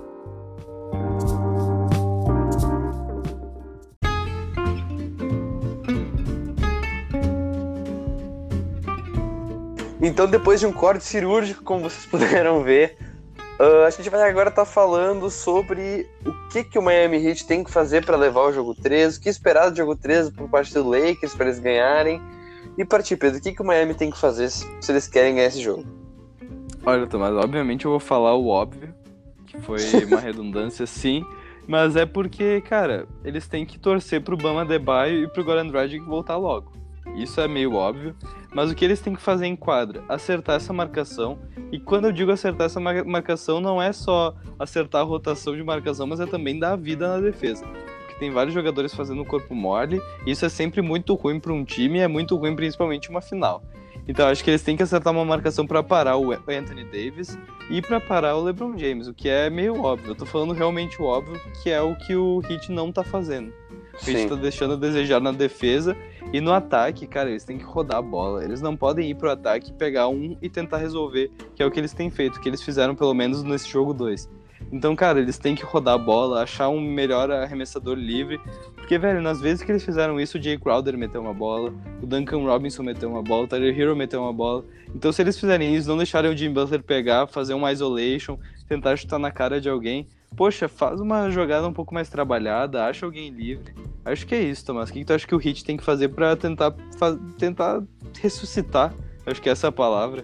Então, depois de um corte cirúrgico, como vocês puderam ver, uh, a gente vai agora estar tá falando sobre o que, que o Miami Heat tem que fazer para levar o jogo três, o que esperar do jogo três por parte do Lakers para eles ganharem. E partir, Pedro, o que, que o Miami tem que fazer se, se eles querem ganhar esse jogo? Olha, Tomás, obviamente eu vou falar o óbvio, que foi uma redundância, sim, mas é porque, cara, eles têm que torcer pro Bam Adebayo e pro Goran Dragic voltar logo. Isso é meio óbvio, mas o que eles têm que fazer em quadra? Acertar essa marcação, e quando eu digo acertar essa marcação, não é só acertar a rotação de marcação, mas é também dar vida na defesa. Porque tem vários jogadores fazendo corpo mole, e isso é sempre muito ruim para um time, e é muito ruim principalmente uma final. Então acho que eles têm que acertar uma marcação para parar o Anthony Davis e para parar o LeBron James, o que é meio óbvio. Eu tô falando realmente o óbvio, que é o que o Heat não tá fazendo. O Heat tá deixando a desejar na defesa. E no ataque, cara, eles têm que rodar a bola. Eles não podem ir pro ataque, pegar um e tentar resolver, que é o que eles têm feito, que eles fizeram pelo menos nesse jogo dois. Então, cara, eles têm que rodar a bola, achar um melhor arremessador livre. Porque, velho, nas vezes que eles fizeram isso, o Jay Crowder meteu uma bola, o Duncan Robinson meteu uma bola, o Tyler Hero meteu uma bola. Então, se eles fizerem isso, não deixarem o Jimmy Butler pegar, fazer uma isolation, tentar chutar na cara de alguém, poxa, faz uma jogada um pouco mais trabalhada, acha alguém livre. Acho que é isso, Tomás. O que tu acha que o Heat tem que fazer pra tentar, fa- tentar ressuscitar? Acho que essa é a palavra.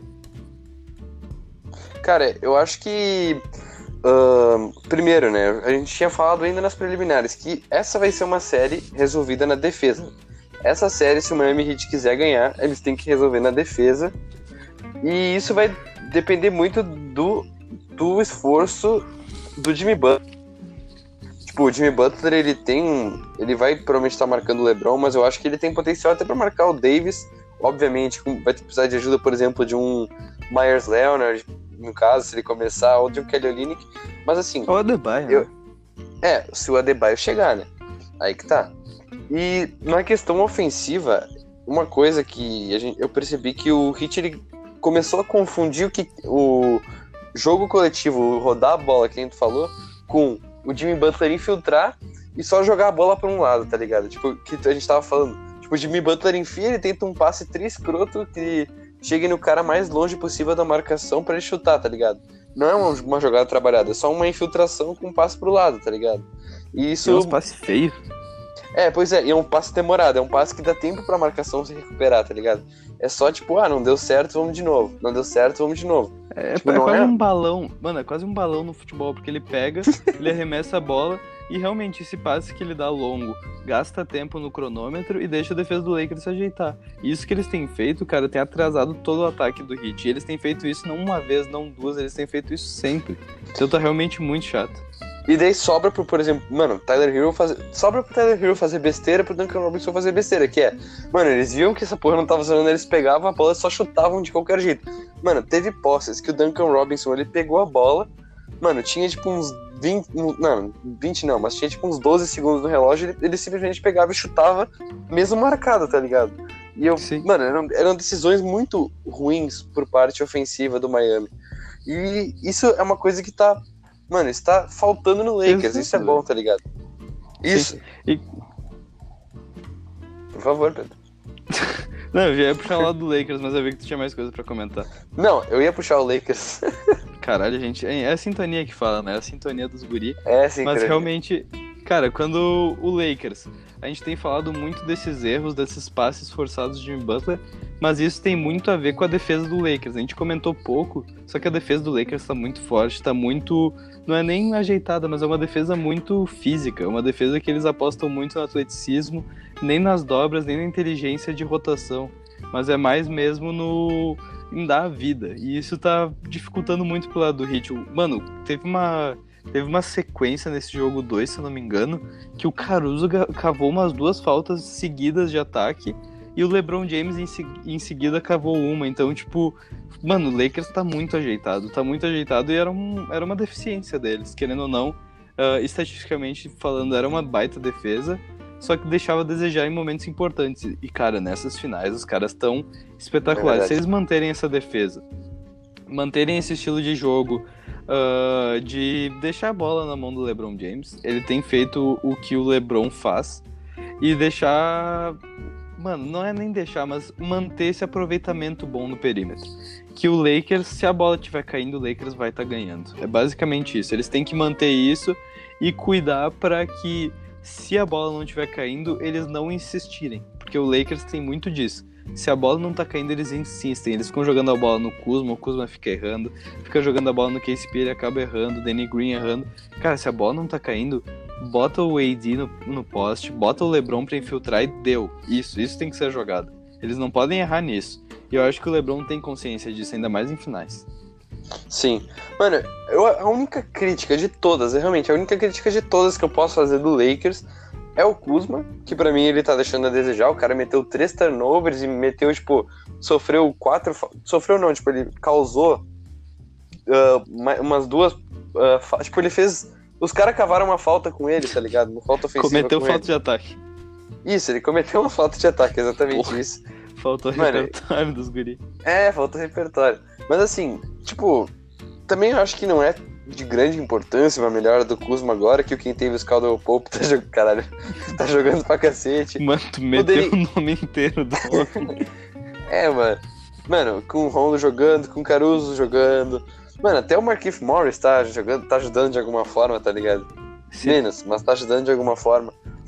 Cara, eu acho que... Uh, primeiro, né? A gente tinha falado ainda nas preliminares que essa vai ser uma série resolvida na defesa. Essa série, se o Miami Heat quiser ganhar, eles têm que resolver na defesa. E isso vai depender muito do, do esforço do Jimmy Butler. Tipo, o Jimmy Butler, ele tem... Ele vai provavelmente estar marcando o LeBron, mas eu acho que ele tem potencial até pra marcar o Davis. Obviamente, vai precisar de ajuda, por exemplo, de um Myers Leonard, no caso, se ele começar, ou de um Kelly Olynyk. Mas assim... O Adebayo, eu... né? É, se o Adebayo chegar, né? Aí que tá. E na questão ofensiva, uma coisa que a gente, eu percebi que o Heat, ele começou a confundir o, que, o jogo coletivo, o rodar a bola, que a gente falou, com o Jimmy Butler infiltrar e só jogar a bola pra um lado, tá ligado? Tipo, que a gente tava falando. Tipo, o Jimmy Butler enfia, ele tenta um passe tri-escroto que chegue no cara mais longe possível da marcação pra ele chutar, tá ligado? Não é uma, uma jogada trabalhada, é só uma infiltração com um passe pro lado, tá ligado? E isso... É um passe feio. É, pois é, e é um passe demorado, é um passe que dá tempo pra marcação se recuperar, tá ligado? É só tipo, ah, não deu certo, vamos de novo. Não deu certo, vamos de novo. É, tipo, é não quase é... um balão. Mano, é quase um balão no futebol, porque ele pega, ele arremessa a bola e realmente esse passe que ele dá longo gasta tempo no cronômetro e deixa a defesa do Lakers se ajeitar. Isso que eles têm feito, cara, tem atrasado todo o ataque do Heat. E eles têm feito isso não uma vez, não duas, eles têm feito isso sempre. Então tá realmente muito chato. E daí sobra pro, por exemplo, mano, Tyler Hero fazer. Sobra pro Tyler Hero fazer besteira, pro Duncan Robinson fazer besteira, que é, mano, eles viam que essa porra não tava funcionando, eles pegavam a bola e só chutavam de qualquer jeito. Mano, teve posses que o Duncan Robinson, ele pegou a bola, mano, tinha tipo uns vinte, não, vinte não, mas tinha tipo uns doze segundos no relógio, ele, ele simplesmente pegava e chutava, mesmo marcado, tá ligado? E eu, Sim. mano, eram, eram decisões muito ruins por parte ofensiva do Miami. E isso é uma coisa que tá. Mano, isso tá faltando no Lakers, Exato. Isso é bom, tá ligado? Isso. E... Por favor, Pedro. Não, eu já ia puxar o lado do Lakers, mas eu vi que tu tinha mais coisa pra comentar. Não, eu ia puxar o Lakers. Caralho, gente, é a sintonia que fala, né? É a sintonia dos guri. É, sim. Mas realmente, cara, quando o Lakers... A gente tem falado muito desses erros, desses passes forçados de Jimmy Butler, mas isso tem muito a ver com a defesa do Lakers. A gente comentou pouco, só que a defesa do Lakers tá muito forte, tá muito... Não é nem ajeitada, mas é uma defesa muito física, uma defesa que eles apostam muito no atleticismo, nem nas dobras, nem na inteligência de rotação, mas é mais mesmo no... em dar a vida. E isso tá dificultando muito pro lado do Heat. Mano, teve uma, teve uma sequência nesse jogo dois, se eu não me engano, que o Caruso cavou umas duas faltas seguidas de ataque e o LeBron James em, se, em seguida cavou uma. Então, tipo, mano, o Lakers tá muito ajeitado. Tá muito ajeitado e era, um, era uma deficiência deles, querendo ou não. Uh, estatisticamente falando, era uma baita defesa, só que deixava a desejar em momentos importantes. E, cara, nessas finais os caras estão espetaculares. É Se eles manterem essa defesa, manterem esse estilo de jogo, uh, de deixar a bola na mão do LeBron James, ele tem feito o que o LeBron faz, e deixar... Mano, não é nem deixar, mas manter esse aproveitamento bom no perímetro. Que o Lakers, se a bola estiver caindo, o Lakers vai estar tá ganhando. É basicamente isso. Eles têm que manter isso e cuidar para que, se a bola não estiver caindo, eles não insistirem. Porque o Lakers tem muito disso. Se a bola não tá caindo, eles insistem. Eles ficam jogando a bola no Kuzma, o Kuzma fica errando. Fica jogando a bola no K C P, ele acaba errando. Danny Green errando. Cara, se a bola não tá caindo, bota o A D no, no poste, bota o LeBron pra infiltrar e deu. Isso, isso tem que ser jogado. Eles não podem errar nisso. E eu acho que o LeBron tem consciência disso, ainda mais em finais. Sim. Mano, eu, a única crítica de todas, é realmente a única crítica de todas que eu posso fazer do Lakers é o Kuzma, que pra mim ele tá deixando a desejar. O cara meteu três turnovers e meteu, tipo, sofreu quatro... Sofreu não, tipo, ele causou uh, umas duas... Uh, tipo, ele fez... Os caras cavaram uma falta com ele, tá ligado? Uma falta ofensiva Cometeu com falta ele. de ataque. Isso, ele cometeu uma falta de ataque, exatamente. Porra. Isso. Faltou o Mano, repertório dos guri. É, faltou repertório. Mas assim, tipo, também eu acho que não é de grande importância uma melhora do Kuzma agora, que o quem teve o Caldwell Pope tá jogando, caralho, tá jogando pra cacete. Mano, tu meteu Poderia... o nome inteiro do homem. É, mano. Mano, com o Rondo jogando, com o Caruso jogando. Mano, até o Markieff Morris tá jogando, tá ajudando de alguma forma, tá ligado? Sim. Menos, mas tá ajudando de alguma forma.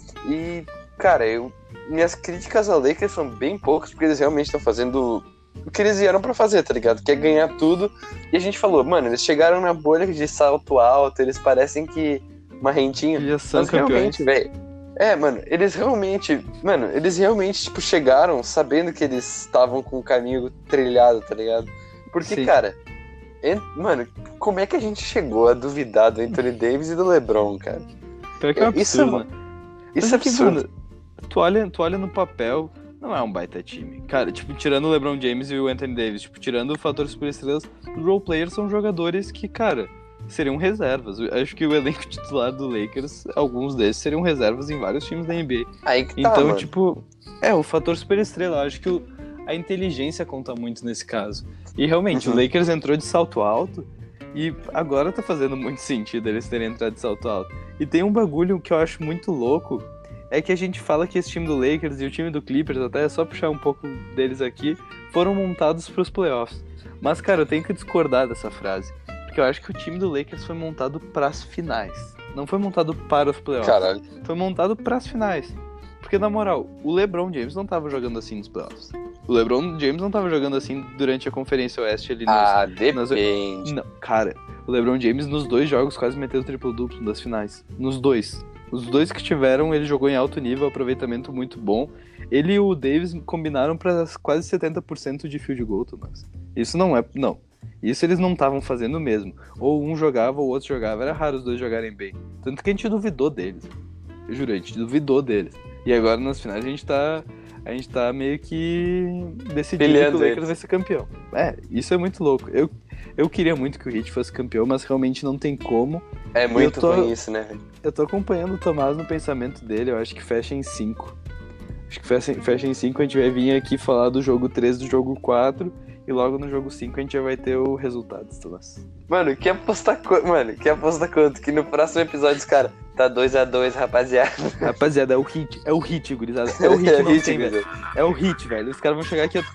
E, cara, eu... minhas críticas ao Lakers são bem poucas, porque eles realmente estão fazendo o que eles vieram pra fazer, tá ligado? Que é ganhar tudo. E a gente falou, mano, eles chegaram na bolha de salto alto, eles parecem que uma rentinha. Já são Mas campeões. realmente, velho. É, mano, eles realmente, mano, eles realmente, tipo, chegaram sabendo que eles estavam com o caminho trilhado, tá ligado? Porque, Sim. cara, en... mano, como é que a gente chegou a duvidar do Anthony Davis e do LeBron, cara? Pior que é um Isso é absurdo, uma- né? Isso Mas é é que, absurdo. mano, tu olha, tu olha no papel, não é um baita time. Cara, tipo, tirando o LeBron James e o Anthony Davis, tipo, tirando o fator superestrelas, os role players são jogadores que, cara, seriam reservas. Eu acho que o elenco titular do Lakers, alguns desses seriam reservas em vários times da N B A. Aí que tá, Então, mano. tipo, é, o fator superestrela, eu acho que o, a inteligência conta muito nesse caso. E realmente, Uhum. o Lakers entrou de salto alto e agora tá fazendo muito sentido eles terem entrado de salto alto. E tem um bagulho que eu acho muito louco, é que a gente fala que esse time do Lakers e o time do Clippers, até é só puxar um pouco deles aqui, foram montados pros playoffs. Mas, cara, eu tenho que discordar dessa frase, porque eu acho que o time do Lakers foi montado pras finais. Não foi montado para os playoffs. Caralho. Foi montado pras finais. Porque, na moral, o LeBron James não tava jogando assim nos playoffs. O LeBron James não tava jogando assim durante a Conferência Oeste ali nos... Ah, nas- depende. Não, cara, o LeBron James nos dois jogos quase meteu o triplo-duplo das finais. Nos dois. Os dois que tiveram, ele jogou em alto nível, aproveitamento muito bom. Ele e o Davis combinaram pra quase setenta por cento de field goal, Tomás. Isso não é... Não. Isso eles não estavam fazendo mesmo. Ou um jogava, ou o outro jogava. Era raro os dois jogarem bem. Tanto que a gente duvidou deles. Eu juro, a gente duvidou deles. E agora, nas finais, a gente tá... A gente tá meio que decidindo Pilhando que o Lakers eles. vai ser campeão. É, isso é muito louco. Eu, eu queria muito que o Heat fosse campeão, mas realmente não tem como. É muito Eu tô- ruim isso, né, velho? Eu tô acompanhando o Tomás no pensamento dele, eu acho que fecha em cinco. Acho que fecha, fecha em cinco, a gente vai vir aqui falar do jogo três, do jogo quatro, e logo no jogo cinco a gente já vai ter o resultado, Tomás. Mano, quer apostar quanto? Mano, quer apostar quanto? Que no próximo episódio os caras tá dois a dois, rapaziada. Rapaziada, é o Heat, é o Hit, gurizada. É o Hit, É não hit, tem, velho. gurizada. É o Hit, velho. Os caras vão chegar aqui...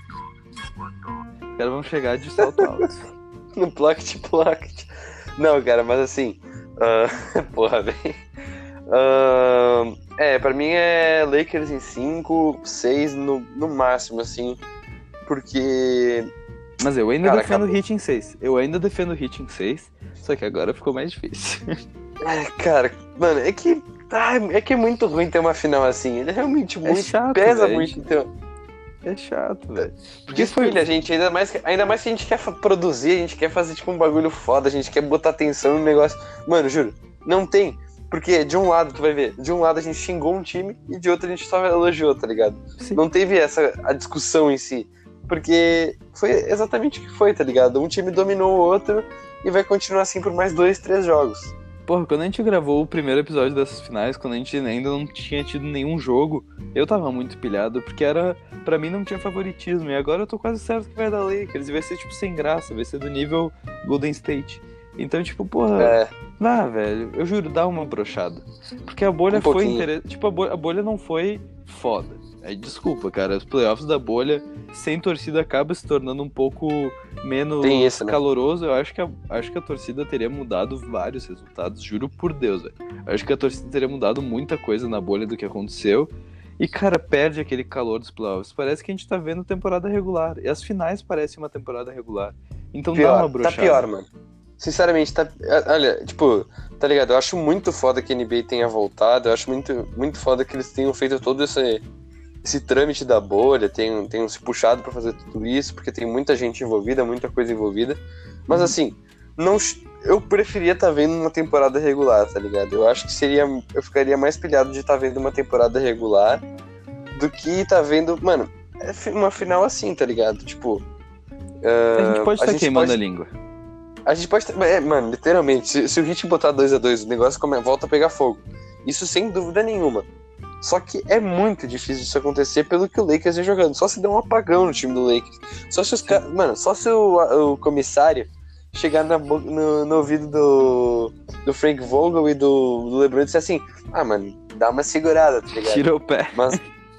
Os caras vão chegar de salto alto. No Plocket Plocket. Não, cara, mas assim. ah, porra, velho. Ah, é, pra mim é Lakers em cinco, seis no, no máximo, assim. Porque. Mas eu ainda Cara, defendo o acabou. Hit em seis. Eu ainda defendo o Hit em seis, só que agora ficou mais difícil. É, cara, mano, é que. ah, é que é muito ruim ter uma final assim. Ele é realmente muito. chato, pesa velho. muito. Então, É chato, velho. Porque filha, gente, ainda mais, que, ainda mais que a gente quer produzir, a gente quer fazer tipo um bagulho foda, a gente quer botar atenção no negócio. Mano, juro, não tem. Porque de um lado, tu vai ver, de um lado a gente xingou um time e de outro a gente só elogiou, tá ligado? Sim. Não teve essa a discussão em si. Porque foi exatamente o que foi, tá ligado? Um time dominou o outro e vai continuar assim por mais dois, três jogos. Porra, quando a gente gravou o primeiro episódio dessas finais, quando a gente ainda não tinha tido nenhum jogo, eu tava muito pilhado, porque era, pra mim não tinha favoritismo, e agora eu tô quase certo que vai dar Lakers, e vai ser tipo sem graça, vai ser do nível Golden State. Então, tipo, porra, é. ah, velho, eu juro, dá uma brochada. Porque a bolha um foi interessante, tipo, a bolha, a bolha não foi foda. Aí, desculpa, cara, os playoffs da bolha sem torcida acaba se tornando um pouco menos isso, né? caloroso. Eu acho que, a, acho que a torcida teria mudado vários resultados, juro por Deus, velho. Eu acho que a torcida teria mudado muita coisa na bolha do que aconteceu. E, cara, perde aquele calor dos playoffs. Parece que a gente tá vendo temporada regular. E as finais parecem uma temporada regular. Então pior, dá uma brochada. Tá pior, mano. Sinceramente, tá... Olha, tipo, tá ligado? Eu acho muito foda que a N B A tenha voltado. Eu acho muito, muito foda que eles tenham feito todo esse... esse trâmite da bolha, tem, tem se puxado pra fazer tudo isso, porque tem muita gente envolvida, muita coisa envolvida. Mas assim, não, eu preferia estar tá vendo uma temporada regular, tá ligado? Eu acho que seria. Eu ficaria mais pilhado de estar tá vendo uma temporada regular do que estar tá vendo. Mano, é uma final assim, tá ligado? Tipo. Uh, a gente pode estar tá queimando pode, a língua. A gente pode. É, mano, literalmente, se, se o Heat botar dois a dois, o negócio come, volta a pegar fogo. Isso sem dúvida nenhuma. Só que é muito difícil disso acontecer pelo que o Lakers vem jogando. Só se der um apagão no time do Lakers. Só se os caras. Mano, só se o, o comissário chegar na, no, no ouvido do, do Frank Vogel e do, do LeBron e disser assim: ah, mano, dá uma segurada, tá ligado? Tira o pé. Mas...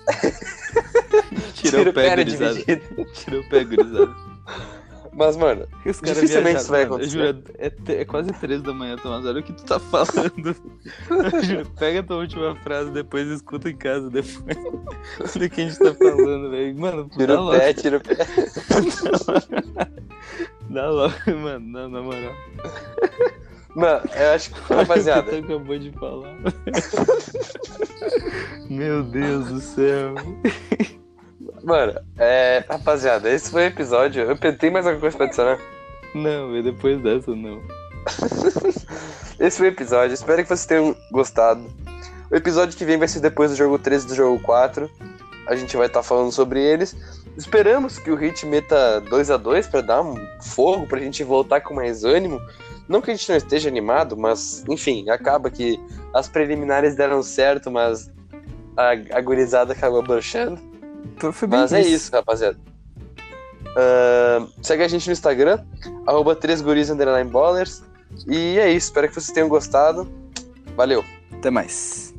Tira, Tira o pé, gurizada. Tira o pé, gurizada. Mas, mano, dificilmente isso vai acontecer. Juro, é, é quase três da manhã, Tomás. Olha o que tu tá falando. Juro, pega a tua última frase, depois escuta em casa, depois do que a gente tá falando, velho. Mano, tira o pé, tira o pé. Dá logo, mano, na, na moral. Mano, eu acho que, rapaziada... O que tu acabou de falar. Meu Deus do céu. Mano, é... Rapaziada, esse foi o episódio. Eu tem mais alguma coisa pra adicionar? Não, depois dessa não. Esse foi o episódio. Espero que vocês tenham gostado. O episódio que vem vai ser depois do jogo treze e do jogo quatro. A gente vai estar tá falando sobre eles. Esperamos que o Heat meta dois a dois pra dar um fogo, pra gente voltar com mais ânimo. Não que a gente não esteja animado, mas, enfim, acaba que as preliminares deram certo, mas a, a gurizada acabou broxando. Mas é isso, rapaziada. Uh, segue a gente no Instagram, arroba três guris underline ballers. E é isso, espero que vocês tenham gostado. Valeu. Até mais.